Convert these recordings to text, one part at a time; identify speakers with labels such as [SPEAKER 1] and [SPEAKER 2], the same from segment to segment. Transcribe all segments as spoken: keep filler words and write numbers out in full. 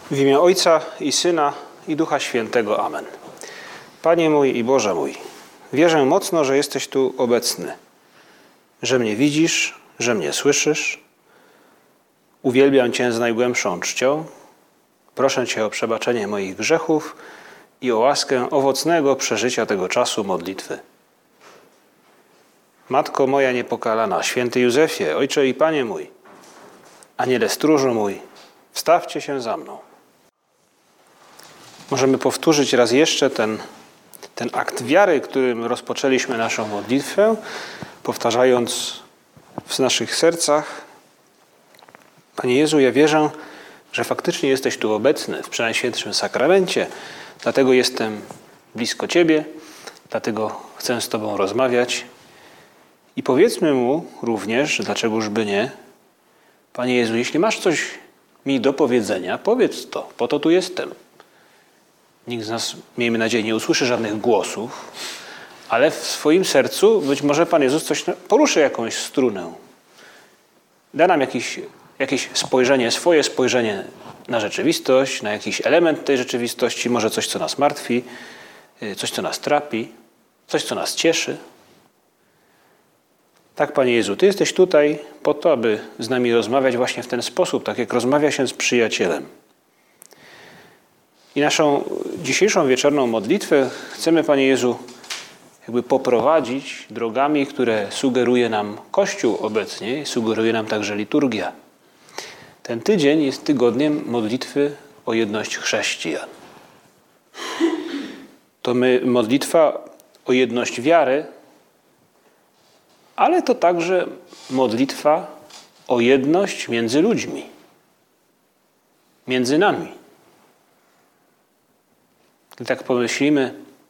[SPEAKER 1] W imię Ojca i Syna i Ducha Świętego. Amen. Panie mój i Boże mój, wierzę mocno, że jesteś tu obecny, że mnie widzisz, że mnie słyszysz. Uwielbiam Cię z najgłębszą czcią. Proszę Cię o przebaczenie moich grzechów i o łaskę owocnego przeżycia tego czasu modlitwy. Matko moja niepokalana, święty Józefie, Ojcze i Panie mój, Aniele stróżu mój, wstawcie się za mną. Możemy powtórzyć raz jeszcze ten, ten akt wiary, którym rozpoczęliśmy naszą modlitwę, powtarzając w naszych sercach: Panie Jezu, ja wierzę, że faktycznie jesteś tu obecny w Przenajświętszym Sakramencie, dlatego jestem blisko Ciebie, dlatego chcę z Tobą rozmawiać. I powiedzmy Mu również, dlaczegoż by nie, Panie Jezu, jeśli masz coś mi do powiedzenia, powiedz to, po to tu jestem. Nikt z nas, miejmy nadzieję, nie usłyszy żadnych głosów, ale w swoim sercu być może Pan Jezus coś poruszy, jakąś strunę. Da nam jakiś, jakieś spojrzenie, swoje spojrzenie na rzeczywistość, na jakiś element tej rzeczywistości, może coś, co nas martwi, coś, co nas trapi, coś, co nas cieszy. Tak, Panie Jezu, Ty jesteś tutaj po to, aby z nami rozmawiać właśnie w ten sposób, tak jak rozmawia się z przyjacielem. I naszą dzisiejszą wieczorną modlitwę chcemy, Panie Jezu, jakby poprowadzić drogami, które sugeruje nam Kościół obecnie, sugeruje nam także liturgia. Ten tydzień jest tygodniem modlitwy o jedność chrześcijan. To my, modlitwa o jedność wiary, ale to także modlitwa o jedność między ludźmi, między nami. Gdy tak pomyślimy,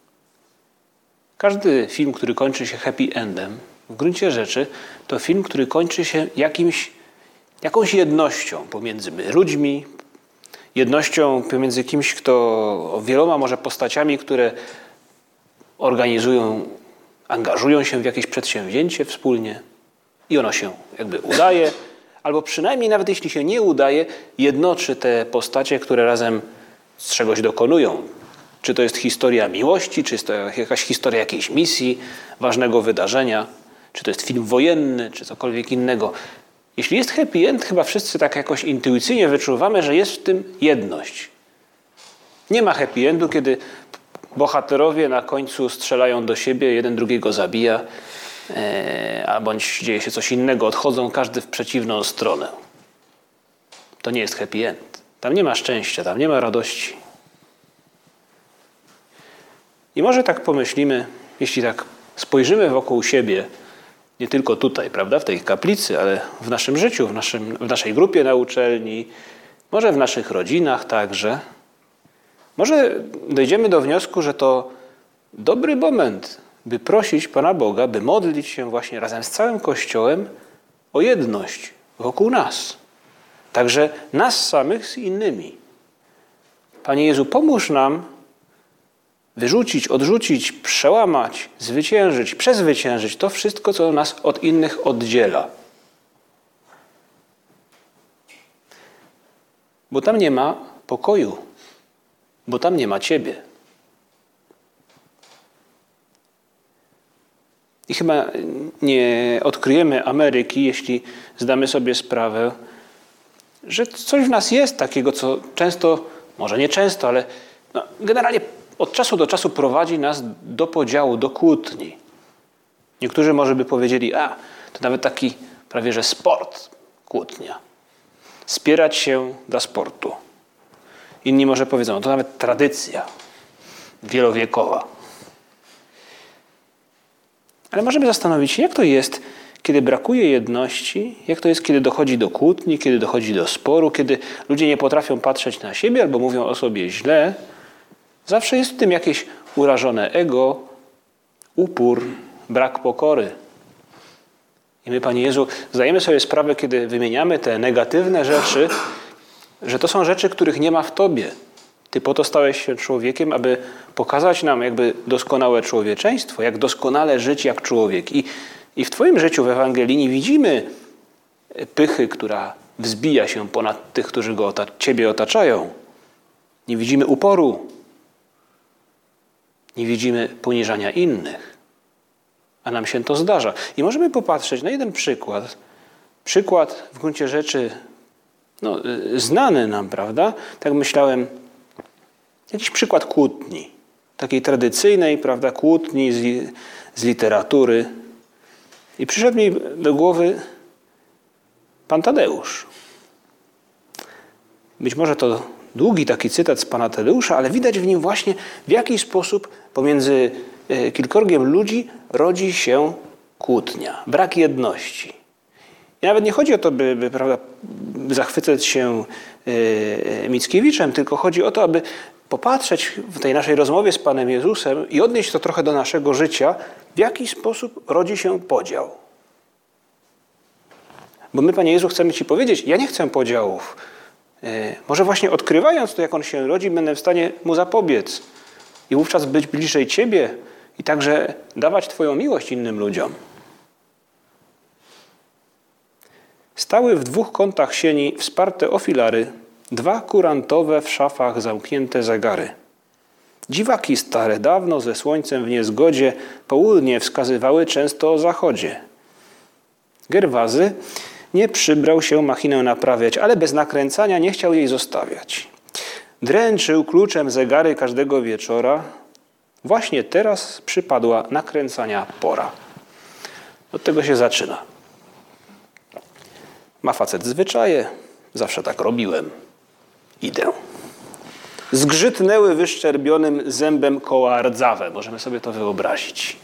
[SPEAKER 1] każdy film, który kończy się happy endem, w gruncie rzeczy to film, który kończy się jakimś, jakąś jednością pomiędzy ludźmi, jednością pomiędzy kimś, kto wieloma może postaciami, które organizują, angażują się w jakieś przedsięwzięcie wspólnie i ono się jakby udaje, albo przynajmniej nawet jeśli się nie udaje, jednoczy te postacie, które razem z czegoś dokonują. Czy to jest historia miłości, czy jest to jakaś historia jakiejś misji, ważnego wydarzenia, czy to jest film wojenny, czy cokolwiek innego. Jeśli jest happy end, chyba wszyscy tak jakoś intuicyjnie wyczuwamy, że jest w tym jedność. Nie ma happy endu, kiedy bohaterowie na końcu strzelają do siebie, jeden drugiego zabija, e, a bądź dzieje się coś innego, odchodzą każdy w przeciwną stronę. To nie jest happy end. Tam nie ma szczęścia, tam nie ma radości. I może tak pomyślimy, jeśli tak spojrzymy wokół siebie, nie tylko tutaj, prawda, w tej kaplicy, ale w naszym życiu, w, naszym, w naszej grupie na uczelni, może w naszych rodzinach także, może dojdziemy do wniosku, że to dobry moment, by prosić Pana Boga, by modlić się właśnie razem z całym Kościołem o jedność wokół nas. Także nas samych z innymi. Panie Jezu, pomóż nam wyrzucić, odrzucić, przełamać, zwyciężyć, przezwyciężyć to wszystko, co nas od innych oddziela. Bo tam nie ma pokoju, bo tam nie ma Ciebie. I chyba nie odkryjemy Ameryki, jeśli zdamy sobie sprawę, że coś w nas jest takiego, co często, może nie często, ale no, generalnie od czasu do czasu prowadzi nas do podziału, do kłótni. Niektórzy może by powiedzieli, a to nawet taki prawie że sport, kłótnia. Spierać się dla sportu. Inni może powiedzą, to nawet tradycja wielowiekowa. Ale możemy zastanowić się, jak to jest, kiedy brakuje jedności, jak to jest, kiedy dochodzi do kłótni, kiedy dochodzi do sporu, kiedy ludzie nie potrafią patrzeć na siebie albo mówią o sobie źle. Zawsze jest w tym jakieś urażone ego, upór, brak pokory. I my, Panie Jezu, zdajemy sobie sprawę, kiedy wymieniamy te negatywne rzeczy, że to są rzeczy, których nie ma w Tobie. Ty po to stałeś się człowiekiem, aby pokazać nam jakby doskonałe człowieczeństwo, jak doskonale żyć jak człowiek. I, i w Twoim życiu w Ewangelii nie widzimy pychy, która wzbija się ponad tych, którzy go, Ciebie otaczają. Nie widzimy uporu. Nie widzimy poniżania innych. A nam się to zdarza. I możemy popatrzeć na jeden przykład. Przykład w gruncie rzeczy no, znany nam, prawda? Tak myślałem, jakiś przykład kłótni. Takiej tradycyjnej, prawda, kłótni z, z literatury. I przyszedł mi do głowy pan Tadeusz. Być może to długi taki cytat z pana Tadeusza, ale widać w nim właśnie, w jaki sposób pomiędzy kilkorgiem ludzi rodzi się kłótnia, brak jedności. I nawet nie chodzi o to, by, by prawda, zachwycać się yy, Mickiewiczem, tylko chodzi o to, aby popatrzeć w tej naszej rozmowie z Panem Jezusem i odnieść to trochę do naszego życia, w jaki sposób rodzi się podział. Bo my, Panie Jezu, chcemy Ci powiedzieć, ja nie chcę podziałów. Yy, może właśnie odkrywając to, jak on się rodzi, będę w stanie mu zapobiec i wówczas być bliżej Ciebie i także dawać Twoją miłość innym ludziom. Stały w dwóch kątach sieni wsparte o filary, dwa kurantowe w szafach zamknięte zegary. Dziwaki stare dawno ze słońcem w niezgodzie południe wskazywały często o zachodzie. Gerwazy nie przybrał się machinę naprawiać, ale bez nakręcania nie chciał jej zostawiać. Dręczył kluczem zegary każdego wieczora. Właśnie teraz przypadła nakręcania pora. Od tego się zaczyna. Ma facet zwyczaje, zawsze tak robiłem. Idę. Zgrzytnęły wyszczerbionym zębem koła rdzawe. Możemy sobie to wyobrazić.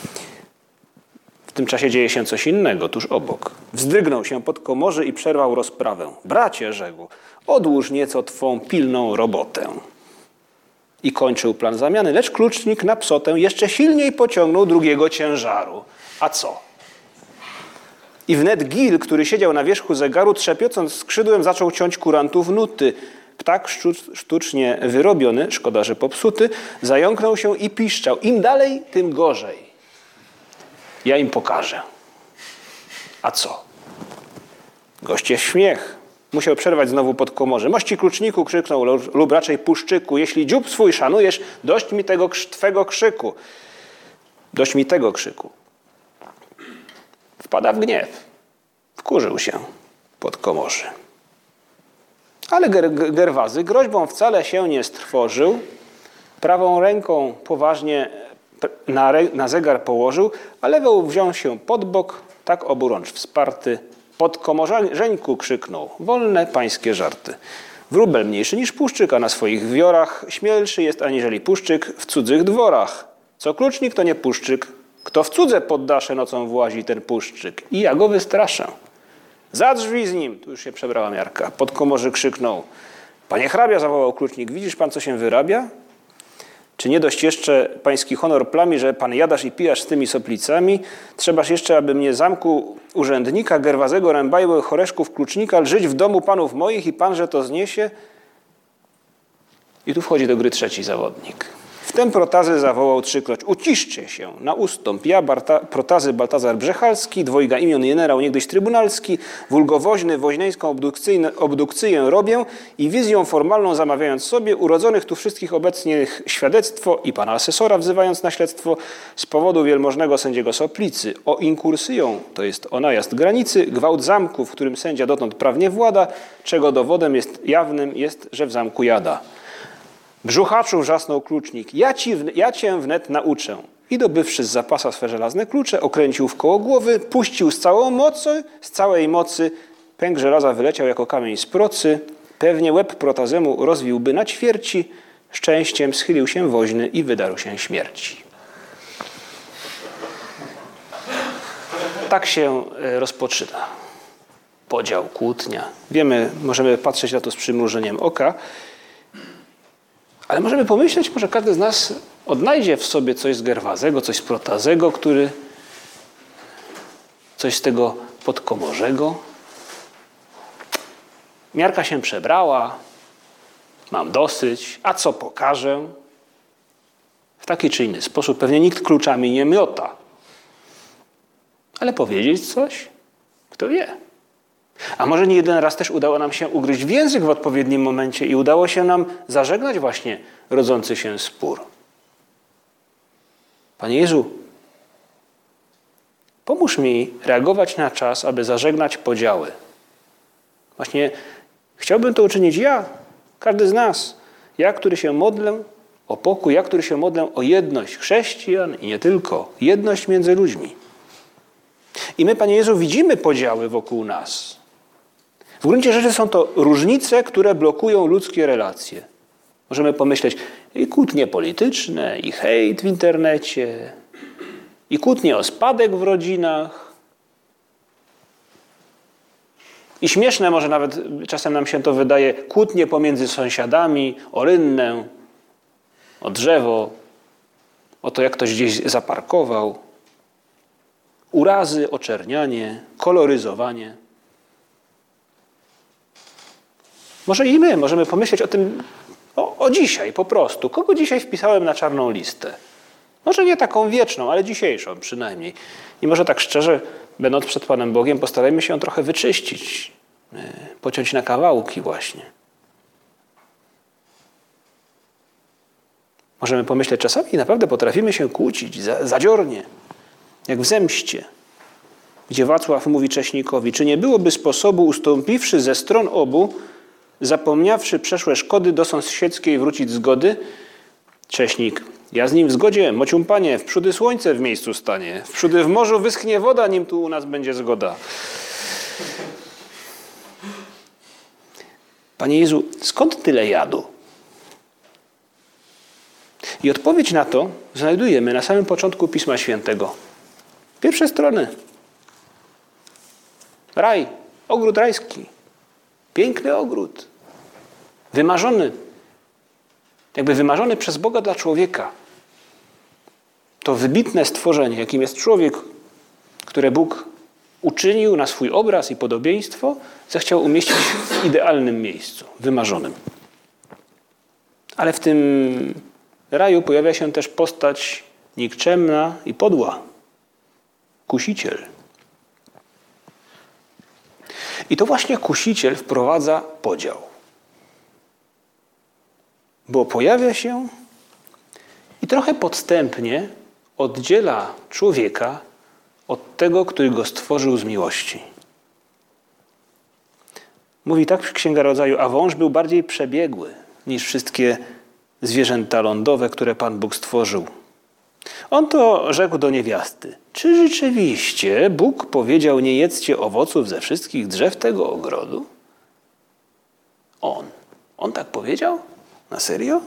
[SPEAKER 1] W tym czasie dzieje się coś innego, tuż obok. Wzdrygnął się pod komorzy i przerwał rozprawę. Bracie, rzekł, odłóż nieco twą pilną robotę. I kończył plan zamiany, lecz klucznik na psotę jeszcze silniej pociągnął drugiego ciężaru. A co? I wnet Gil, który siedział na wierzchu zegaru, trzepiąc skrzydłem, zaczął ciąć kurantów nuty. Ptak sztucznie wyrobiony, szkoda, że popsuty, zająknął się i piszczał. Im dalej, tym gorzej. Ja im pokażę. A co? Goście śmiech. Musiał przerwać znowu pod komorzy. Mości kluczniku, krzyknął, lub raczej puszczyku, jeśli dziób swój szanujesz, dość mi tego twego krzyku. Dość mi tego krzyku. Wpada w gniew. Wkurzył się pod komorzy. Ale Ger- Gerwazy groźbą wcale się nie strwożył. Prawą ręką poważnie na, re- na zegar położył, a lewą wziął się pod bok, tak oburącz wsparty. Pod komorzeńku krzyknął. Wolne pańskie żarty. Wróbel mniejszy niż puszczyk, a na swoich wiorach śmielszy jest aniżeli puszczyk w cudzych dworach. Co klucznik, to nie puszczyk. Kto w cudze poddasze nocą włazi, ten puszczyk. I ja go wystraszę. Za drzwi z nim. Tu już się przebrała miarka. Pod komorzy krzyknął. Panie hrabia, zawołał klucznik. Widzisz pan, co się wyrabia? Czy nie dość jeszcze pański honor plami, że pan jadasz i pijasz z tymi soplicami? Trzebaż jeszcze, aby mnie zamku urzędnika, Gerwazego, Rębajły, Choreszków, Klucznika, żyć w domu panów moich i pan, że to zniesie? I tu wchodzi do gry trzeci zawodnik. Wtem Protazy zawołał trzykroć. Uciszcie się, na ustąp. Ja, Barta, Protazy Baltazar Brzechalski, dwojga imion generał niegdyś trybunalski, wulgowoźny, woźneńską obdukcyję robię i wizją formalną zamawiając sobie urodzonych tu wszystkich obecnych świadectwo i pana asesora wzywając na śledztwo z powodu wielmożnego sędziego Soplicy o inkursyją, to jest o najazd granicy, gwałt zamku, w którym sędzia dotąd prawnie włada, czego dowodem jest jawnym jest, że w zamku jada. Brzuchaczu wrzasnął klucznik. Ja, ci, ja cię wnet nauczę. I dobywszy z zapasa swe żelazne klucze, okręcił w koło głowy, puścił z całą mocy, z całej mocy. Pęk żelaza wyleciał jako kamień z procy. Pewnie łeb Protazemu rozwiłby na ćwierci. Szczęściem schylił się woźny i wydarł się śmierci. Tak się rozpoczyna podział, kłótnia. Wiemy, możemy patrzeć na to z przymrużeniem oka, ale możemy pomyśleć, może każdy z nas odnajdzie w sobie coś z Gerwazego, coś z Protazego, który coś z tego podkomorzego. Miarka się przebrała, mam dosyć, a co pokażę? W taki czy inny sposób pewnie nikt kluczami nie miota. Ale powiedzieć coś? Kto wie? A może nie jeden raz też udało nam się ugryźć w język w odpowiednim momencie i udało się nam zażegnać właśnie rodzący się spór. Panie Jezu, pomóż mi reagować na czas, aby zażegnać podziały. Właśnie chciałbym to uczynić ja, każdy z nas. Ja, który się modlę o pokój, ja, który się modlę o jedność chrześcijan i nie tylko, jedność między ludźmi. I my, Panie Jezu, widzimy podziały wokół nas. W gruncie rzeczy są to różnice, które blokują ludzkie relacje. Możemy pomyśleć i kłótnie polityczne, i hejt w internecie, i kłótnie o spadek w rodzinach. I śmieszne może nawet czasem nam się to wydaje, kłótnie pomiędzy sąsiadami o rynnę, o drzewo, o to, jak ktoś gdzieś zaparkował. Urazy, oczernianie, koloryzowanie. Może i my możemy pomyśleć o tym, o, o dzisiaj po prostu. Kogo dzisiaj wpisałem na czarną listę? Może nie taką wieczną, ale dzisiejszą przynajmniej. I może tak szczerze, będąc przed Panem Bogiem, postarajmy się ją trochę wyczyścić, pociąć na kawałki właśnie. Możemy pomyśleć, czasami naprawdę potrafimy się kłócić zadziornie, jak w zemście, gdzie Wacław mówi Cześnikowi, czy nie byłoby sposobu, ustąpiwszy ze stron obu, zapomniawszy przeszłe szkody, do sąsiedzkiej wrócić zgody? Cześnik, ja z nim w zgodzie, mocium panie, wprzódy słońce w miejscu stanie, wprzódy w morzu wyschnie woda, nim tu u nas będzie zgoda. Panie Jezu, skąd tyle jadu? I odpowiedź na to znajdujemy na samym początku Pisma Świętego. Pierwsze strony. Raj, ogród rajski. Piękny ogród. Wymarzony. Jakby wymarzony przez Boga dla człowieka. To wybitne stworzenie, jakim jest człowiek, które Bóg uczynił na swój obraz i podobieństwo, zechciał umieścić w idealnym miejscu, wymarzonym. Ale w tym raju pojawia się też postać nikczemna i podła. Kusiciel. I to właśnie kusiciel wprowadza podział. Bo pojawia się i trochę podstępnie oddziela człowieka od tego, który go stworzył z miłości. Mówi tak Księga Rodzaju, a wąż był bardziej przebiegły niż wszystkie zwierzęta lądowe, które Pan Bóg stworzył. On to rzekł do niewiasty, czy rzeczywiście Bóg powiedział, nie jedzcie owoców ze wszystkich drzew tego ogrodu? On. On tak powiedział? Na serio?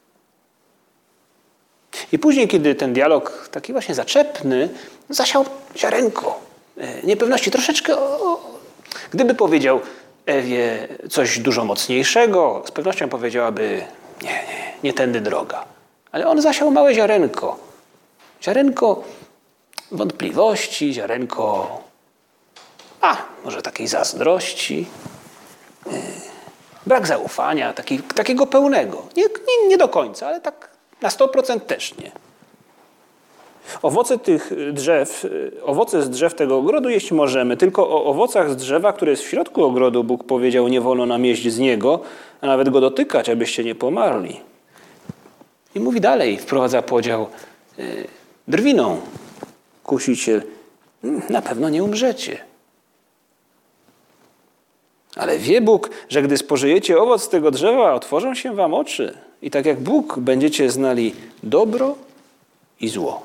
[SPEAKER 1] I później, kiedy ten dialog taki właśnie zaczepny, zasiał ziarenko niepewności. Troszeczkę, o, gdyby powiedział Ewie coś dużo mocniejszego, z pewnością powiedziałaby, nie, nie, nie tędy droga. Ale on zasiał małe ziarenko. Ziarenko wątpliwości, ziarenko, a może takiej zazdrości, yy, brak zaufania, taki, takiego pełnego. Nie, nie, nie do końca, ale tak na sto procent też nie. Owoce tych drzew, owoce z drzew tego ogrodu jeść możemy, tylko o owocach z drzewa, które jest w środku ogrodu, Bóg powiedział, nie wolno nam jeść z niego, a nawet go dotykać, abyście nie pomarli. I mówi dalej, wprowadza podział yy, drwiną. Kusiciel, na pewno nie umrzecie. Ale wie Bóg, że gdy spożyjecie owoc z tego drzewa, otworzą się wam oczy. I tak jak Bóg będziecie znali dobro i zło.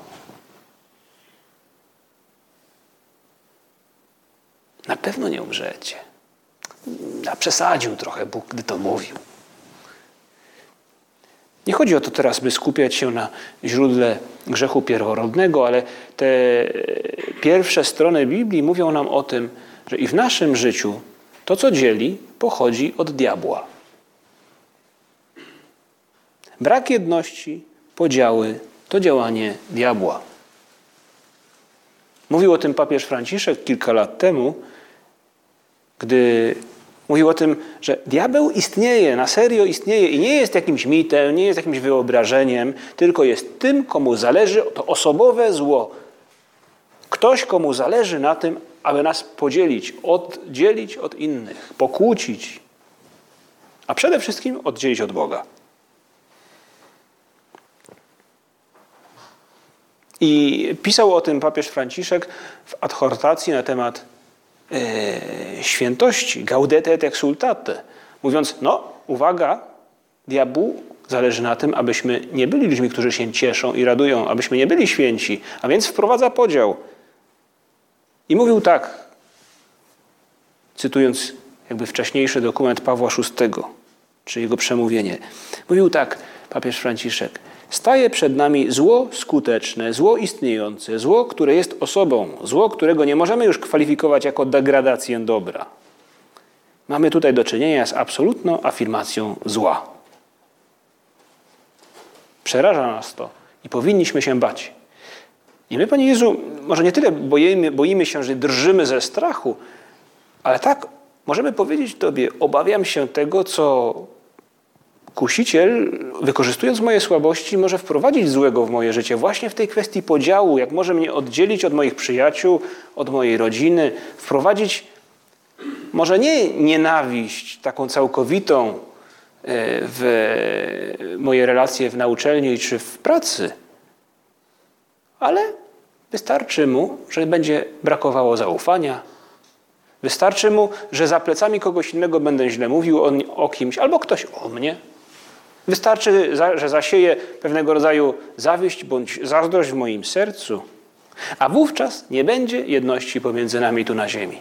[SPEAKER 1] Na pewno nie umrzecie. A przesadził trochę Bóg, gdy to mówił. Nie chodzi o to teraz, by skupiać się na źródle grzechu pierworodnego, ale te pierwsze strony Biblii mówią nam o tym, że i w naszym życiu to, co dzieli, pochodzi od diabła. Brak jedności, podziały to działanie diabła. Mówił o tym papież Franciszek kilka lat temu, gdy mówił o tym, że diabeł istnieje, na serio istnieje i nie jest jakimś mitem, nie jest jakimś wyobrażeniem, tylko jest tym, komu zależy to osobowe zło. Ktoś, komu zależy na tym, aby nas podzielić, oddzielić od innych, pokłócić, a przede wszystkim oddzielić od Boga. I pisał o tym papież Franciszek w adhortacji na temat e, świętości, gaudete et exsultate, mówiąc, no uwaga, diabłu zależy na tym, abyśmy nie byli ludźmi, którzy się cieszą i radują, abyśmy nie byli święci, a więc wprowadza podział. I mówił tak, cytując jakby wcześniejszy dokument Pawła szóstego, czy jego przemówienie. Mówił tak papież Franciszek: staje przed nami zło skuteczne, zło istniejące, zło, które jest osobą, zło, którego nie możemy już kwalifikować jako degradację dobra. Mamy tutaj do czynienia z absolutną afirmacją zła. Przeraża nas to i powinniśmy się bać. I my, Panie Jezu, może nie tyle boimy, boimy się, że drżymy ze strachu, ale tak możemy powiedzieć Tobie, obawiam się tego, co kusiciel, wykorzystując moje słabości, może wprowadzić złego w moje życie właśnie w tej kwestii podziału, jak może mnie oddzielić od moich przyjaciół, od mojej rodziny, wprowadzić może nie nienawiść taką całkowitą w moje relacje w nauczelni czy w pracy, ale wystarczy mu, że będzie brakowało zaufania. Wystarczy mu, że za plecami kogoś innego będę źle mówił o, o kimś, albo ktoś o mnie. Wystarczy, że zasieje pewnego rodzaju zawiść bądź zazdrość w moim sercu, a wówczas nie będzie jedności pomiędzy nami tu na ziemi.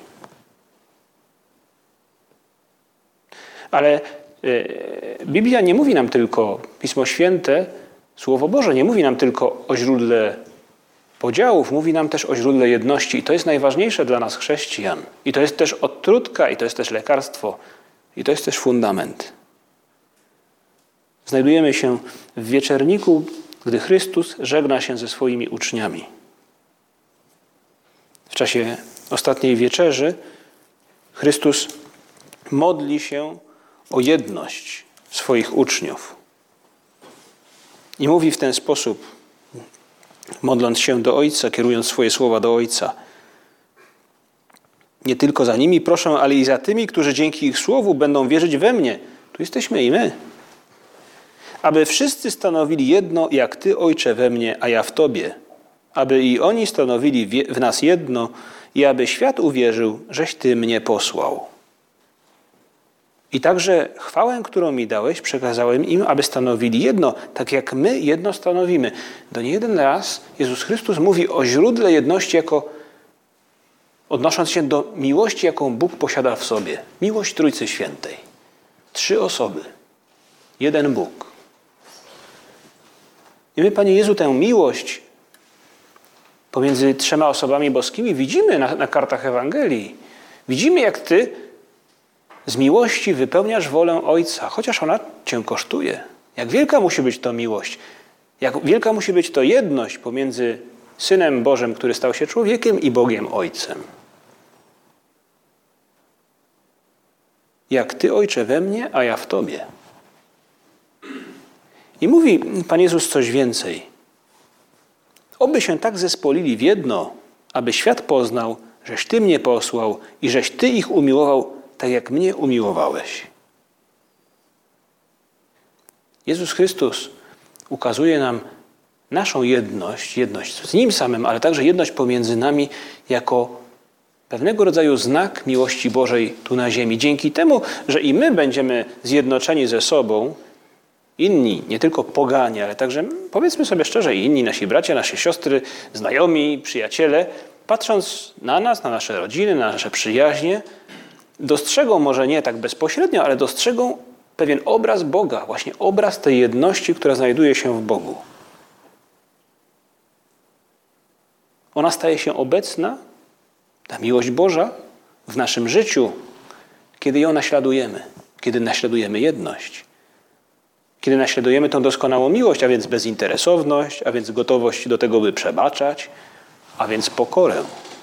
[SPEAKER 1] Ale Biblia nie mówi nam tylko, Pismo Święte, Słowo Boże nie mówi nam tylko o źródle podziałów, mówi nam też o źródle jedności. I to jest najważniejsze dla nas chrześcijan. I to jest też odtrutka, i to jest też lekarstwo, i to jest też fundament. Znajdujemy się w wieczerniku, gdy Chrystus żegna się ze swoimi uczniami. W czasie ostatniej wieczerzy Chrystus modli się o jedność swoich uczniów. I mówi w ten sposób, modląc się do Ojca, kierując swoje słowa do Ojca: nie tylko za nimi proszę, ale i za tymi, którzy dzięki ich słowu będą wierzyć we mnie. Tu jesteśmy i my. Aby wszyscy stanowili jedno, jak Ty, Ojcze, we mnie, a ja w Tobie. Aby i oni stanowili w nas jedno i aby świat uwierzył, żeś Ty mnie posłał. I także chwałę, którą mi dałeś, przekazałem im, aby stanowili jedno, tak jak my jedno stanowimy. Do niejeden raz Jezus Chrystus mówi o źródle jedności, jako odnosząc się do miłości, jaką Bóg posiada w sobie. Miłość Trójcy Świętej. Trzy osoby. Jeden Bóg. I my, Panie Jezu, tę miłość pomiędzy trzema osobami boskimi widzimy na, na kartach Ewangelii. Widzimy, jak Ty z miłości wypełniasz wolę Ojca, chociaż ona Cię kosztuje. Jak wielka musi być to miłość, jak wielka musi być to jedność pomiędzy Synem Bożym, który stał się człowiekiem, i Bogiem Ojcem. Jak Ty, Ojcze, we mnie, a ja w Tobie. I mówi Pan Jezus coś więcej. Oby się tak zespolili w jedno, aby świat poznał, żeś Ty mnie posłał i żeś Ty ich umiłował, tak jak mnie umiłowałeś. Jezus Chrystus ukazuje nam naszą jedność, jedność z Nim samym, ale także jedność pomiędzy nami jako pewnego rodzaju znak miłości Bożej tu na ziemi. Dzięki temu, że i my będziemy zjednoczeni ze sobą, inni, nie tylko pogani, ale także, powiedzmy sobie szczerze, inni nasi bracia, nasze siostry, znajomi, przyjaciele, patrząc na nas, na nasze rodziny, na nasze przyjaźnie, dostrzegą, może nie tak bezpośrednio, ale dostrzegą pewien obraz Boga, właśnie obraz tej jedności, która znajduje się w Bogu. Ona staje się obecna, ta miłość Boża, w naszym życiu, kiedy ją naśladujemy, kiedy naśladujemy jedność, kiedy naśladujemy tę doskonałą miłość, a więc bezinteresowność, a więc gotowość do tego, by przebaczać, a więc pokorę.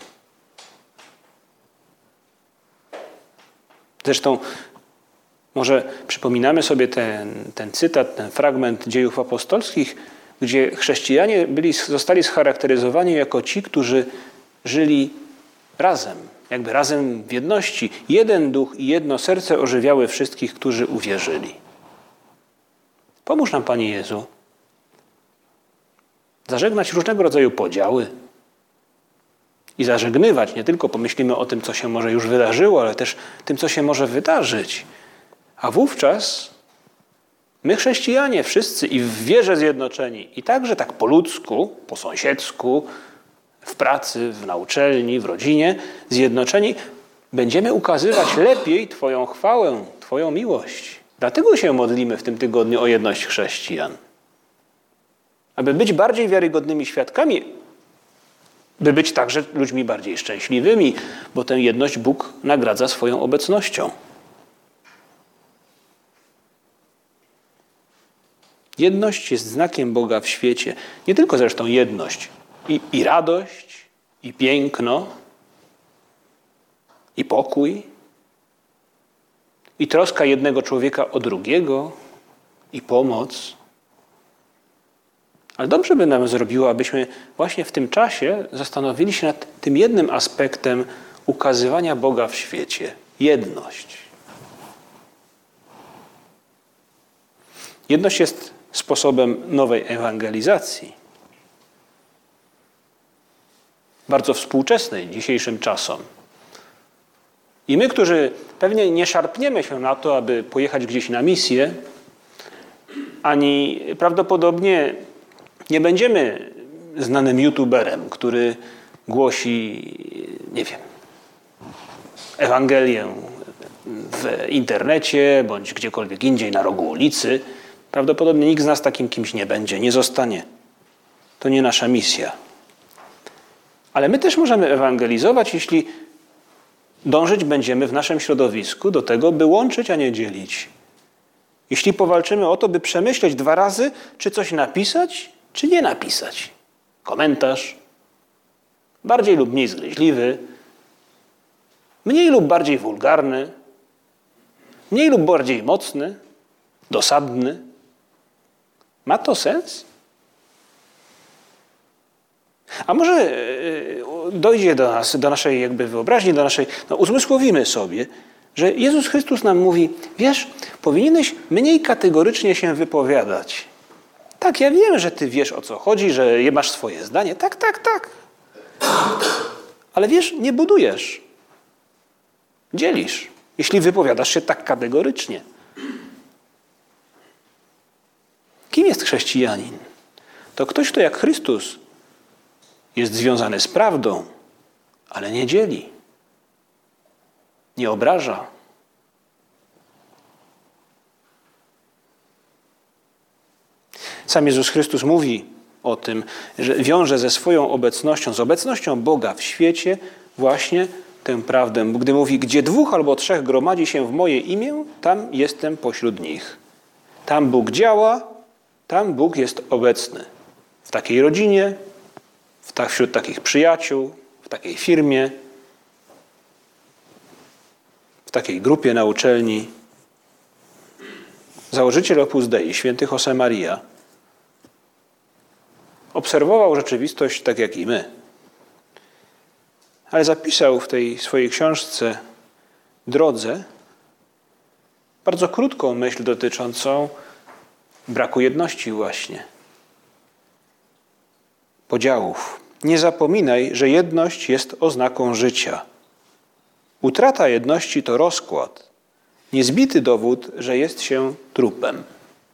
[SPEAKER 1] Zresztą może przypominamy sobie ten, ten cytat, ten fragment Dziejów Apostolskich, gdzie chrześcijanie byli, zostali scharakteryzowani jako ci, którzy żyli razem, jakby razem w jedności. Jeden duch i jedno serce ożywiały wszystkich, którzy uwierzyli. Pomóż nam, Panie Jezu, zażegnać różnego rodzaju podziały i zażegnywać. Nie tylko pomyślimy o tym, co się może już wydarzyło, ale też tym, co się może wydarzyć. A wówczas my, chrześcijanie, wszyscy i w wierze zjednoczeni, i także tak po ludzku, po sąsiedzku, w pracy, w nauczelni, w rodzinie, zjednoczeni, będziemy ukazywać lepiej Twoją chwałę, Twoją miłość. Dlatego się modlimy w tym tygodniu o jedność chrześcijan. Aby być bardziej wiarygodnymi świadkami, by być także ludźmi bardziej szczęśliwymi, bo tę jedność Bóg nagradza swoją obecnością. Jedność jest znakiem Boga w świecie. Nie tylko zresztą jedność. I, i radość, i piękno, i pokój, i troska jednego człowieka o drugiego, i pomoc. Ale dobrze by nam zrobiło, abyśmy właśnie w tym czasie zastanowili się nad tym jednym aspektem ukazywania Boga w świecie. Jedność. Jedność jest sposobem nowej ewangelizacji. Bardzo współczesnej dzisiejszym czasom. I my, którzy pewnie nie szarpniemy się na to, aby pojechać gdzieś na misję, ani prawdopodobnie nie będziemy znanym youtuberem, który głosi, nie wiem, Ewangelię w internecie bądź gdziekolwiek indziej na rogu ulicy. Prawdopodobnie nikt z nas takim kimś nie będzie, nie zostanie. To nie nasza misja. Ale my też możemy ewangelizować, jeśli dążyć będziemy w naszym środowisku do tego, by łączyć, a nie dzielić. Jeśli powalczymy o to, by przemyśleć dwa razy, czy coś napisać, czy nie napisać. Komentarz, bardziej lub mniej zgryźliwy, mniej lub bardziej wulgarny, mniej lub bardziej mocny, dosadny. Ma to sens? A może dojdzie do nas, do naszej jakby wyobraźni, do naszej, no uzmysłowimy sobie, że Jezus Chrystus nam mówi, wiesz, powinieneś mniej kategorycznie się wypowiadać. Tak, ja wiem, że ty wiesz, o co chodzi, że masz swoje zdanie. Tak, tak, tak. Ale wiesz, nie budujesz. Dzielisz, jeśli wypowiadasz się tak kategorycznie. Kim jest chrześcijanin? To ktoś, kto jak Chrystus jest związany z prawdą, ale nie dzieli. Nie obraża. Sam Jezus Chrystus mówi o tym, że wiąże ze swoją obecnością, z obecnością Boga w świecie właśnie tę prawdę. Gdy mówi, gdzie dwóch albo trzech gromadzi się w moje imię, tam jestem pośród nich. Tam Bóg działa, tam Bóg jest obecny. W takiej rodzinie, wśród takich przyjaciół, w takiej firmie, w takiej grupie na uczelni. Założyciel Opus Dei, święty Josemaria, obserwował rzeczywistość tak jak i my. Ale zapisał w tej swojej książce Drodze bardzo krótką myśl dotyczącą braku jedności właśnie. Podziałów. Nie zapominaj, że jedność jest oznaką życia. Utrata jedności to rozkład. Niezbity dowód, że jest się trupem.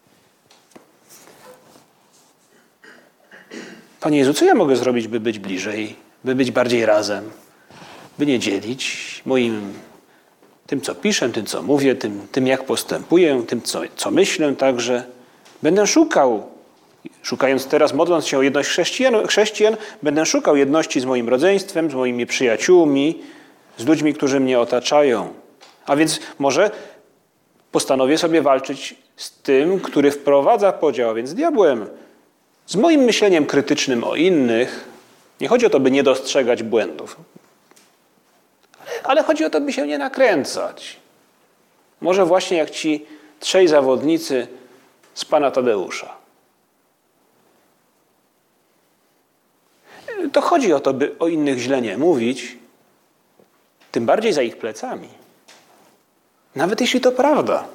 [SPEAKER 1] Panie Jezu, co ja mogę zrobić, by być bliżej, by być bardziej razem, by nie dzielić moim tym, co piszę, tym, co mówię, tym, tym jak postępuję, tym, co, co myślę także. Będę szukał, szukając teraz, modląc się o jedność chrześcijan, chrześcijan, będę szukał jedności z moim rodzeństwem, z moimi przyjaciółmi, z ludźmi, którzy mnie otaczają. A więc może postanowię sobie walczyć z tym, który wprowadza podział, a więc z diabłem. Z moim myśleniem krytycznym o innych. Nie chodzi o to, by nie dostrzegać błędów. Ale chodzi o to, by się nie nakręcać. Może właśnie jak ci trzej zawodnicy z pana Tadeusza. to chodzi o to, by o innych źle nie mówić, tym bardziej za ich plecami. Nawet jeśli to prawda,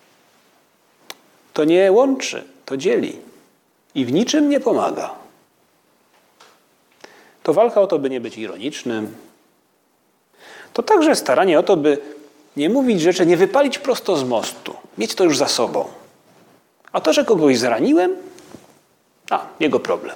[SPEAKER 1] to nie łączy, to dzieli i w niczym nie pomaga. To walka o to, by nie być ironicznym. To także staranie o to, by nie mówić rzeczy, nie wypalić prosto z mostu. Mieć to już za sobą. A to, że kogoś zraniłem, a, jego problem.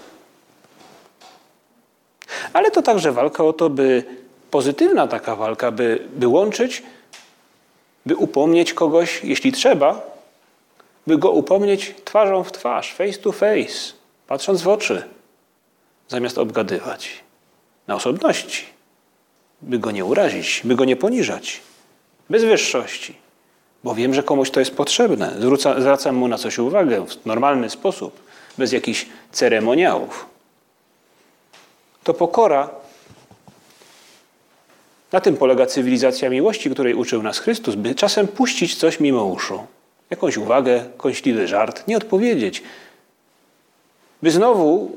[SPEAKER 1] Ale to także walka o to, by pozytywna taka walka, by, by łączyć, by upomnieć kogoś, jeśli trzeba, by go upomnieć twarzą w twarz, face to face, patrząc w oczy, zamiast obgadywać na osobności, by go nie urazić, by go nie poniżać, bez wyższości, bo wiem, że komuś to jest potrzebne. Zwróca, zwracam mu na coś uwagę w normalny sposób, bez jakichś ceremoniałów. To pokora. Na tym polega cywilizacja miłości, której uczył nas Chrystus, by czasem puścić coś mimo uszu. Jakąś uwagę, kąśliwy żart, nie odpowiedzieć. By znowu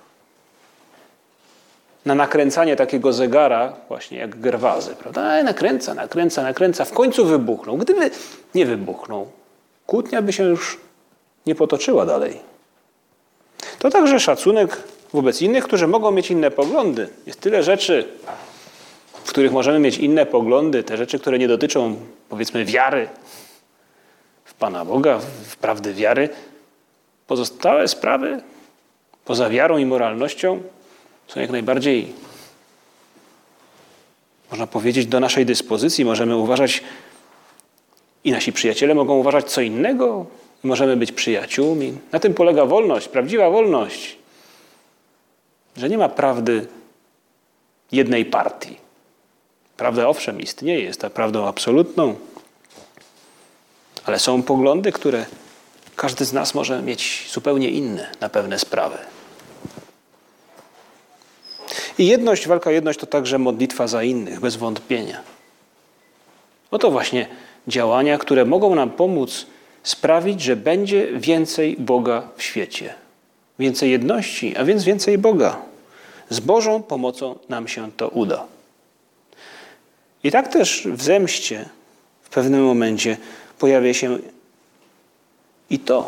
[SPEAKER 1] na nakręcanie takiego zegara, właśnie jak Gerwazy, prawda? A, nakręca, nakręca, nakręca, w końcu wybuchnął. Gdyby nie wybuchnął, kłótnia by się już nie potoczyła dalej. To także szacunek wobec innych, którzy mogą mieć inne poglądy. Jest tyle rzeczy, w których możemy mieć inne poglądy, te rzeczy, które nie dotyczą, powiedzmy, wiary w Pana Boga, w prawdy wiary. Pozostałe sprawy, poza wiarą i moralnością, są jak najbardziej, można powiedzieć, do naszej dyspozycji. Możemy uważać, i nasi przyjaciele mogą uważać co innego, i możemy być przyjaciółmi. Na tym polega wolność, prawdziwa wolność, że nie ma prawdy jednej partii. Prawda owszem istnieje, jest ta prawdą absolutną, ale są poglądy, które każdy z nas może mieć zupełnie inne na pewne sprawy. I jedność, walka jedność to także modlitwa za innych, bez wątpienia. Oto właśnie działania, które mogą nam pomóc sprawić, że będzie więcej Boga w świecie. Więcej jedności, a więc więcej Boga. Z Bożą pomocą nam się to uda. I tak też w zemście w pewnym momencie pojawia się i to.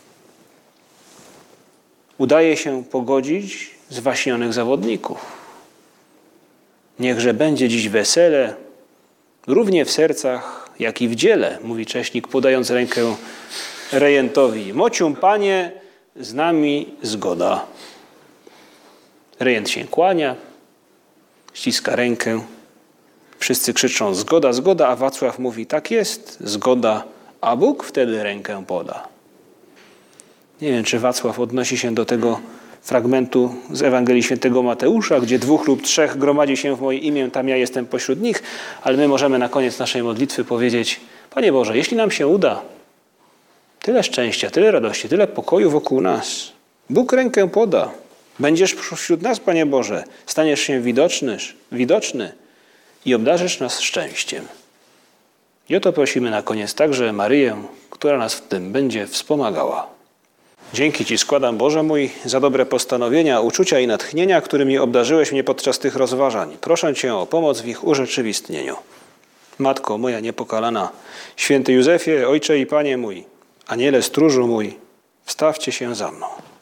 [SPEAKER 1] Udaje się pogodzić zwaśnionych zawodników. Niechże będzie dziś wesele, równie w sercach, jak i w dziele, mówi cześnik, podając rękę rejentowi. Mocium, panie, z nami zgoda. Rejent się kłania, ściska rękę. Wszyscy krzyczą zgoda, zgoda, a Wacław mówi tak jest, zgoda, a Bóg wtedy rękę poda. Nie wiem, czy Wacław odnosi się do tego fragmentu z Ewangelii Świętego Mateusza, gdzie dwóch lub trzech gromadzi się w moje imię, tam ja jestem pośród nich, ale my możemy na koniec naszej modlitwy powiedzieć: Panie Boże, jeśli nam się uda, tyle szczęścia, tyle radości, tyle pokoju wokół nas. Bóg rękę poda. Będziesz wśród nas, Panie Boże. Staniesz się widoczny, widoczny i obdarzysz nas szczęściem. I o to prosimy na koniec także Maryję, która nas w tym będzie wspomagała. Dzięki Ci składam, Boże mój, za dobre postanowienia, uczucia i natchnienia, którymi obdarzyłeś mnie podczas tych rozważań. Proszę Cię o pomoc w ich urzeczywistnieniu. Matko moja niepokalana, święty Józefie, Ojcze i Panie mój, Aniele stróżu mój, wstawcie się za mną.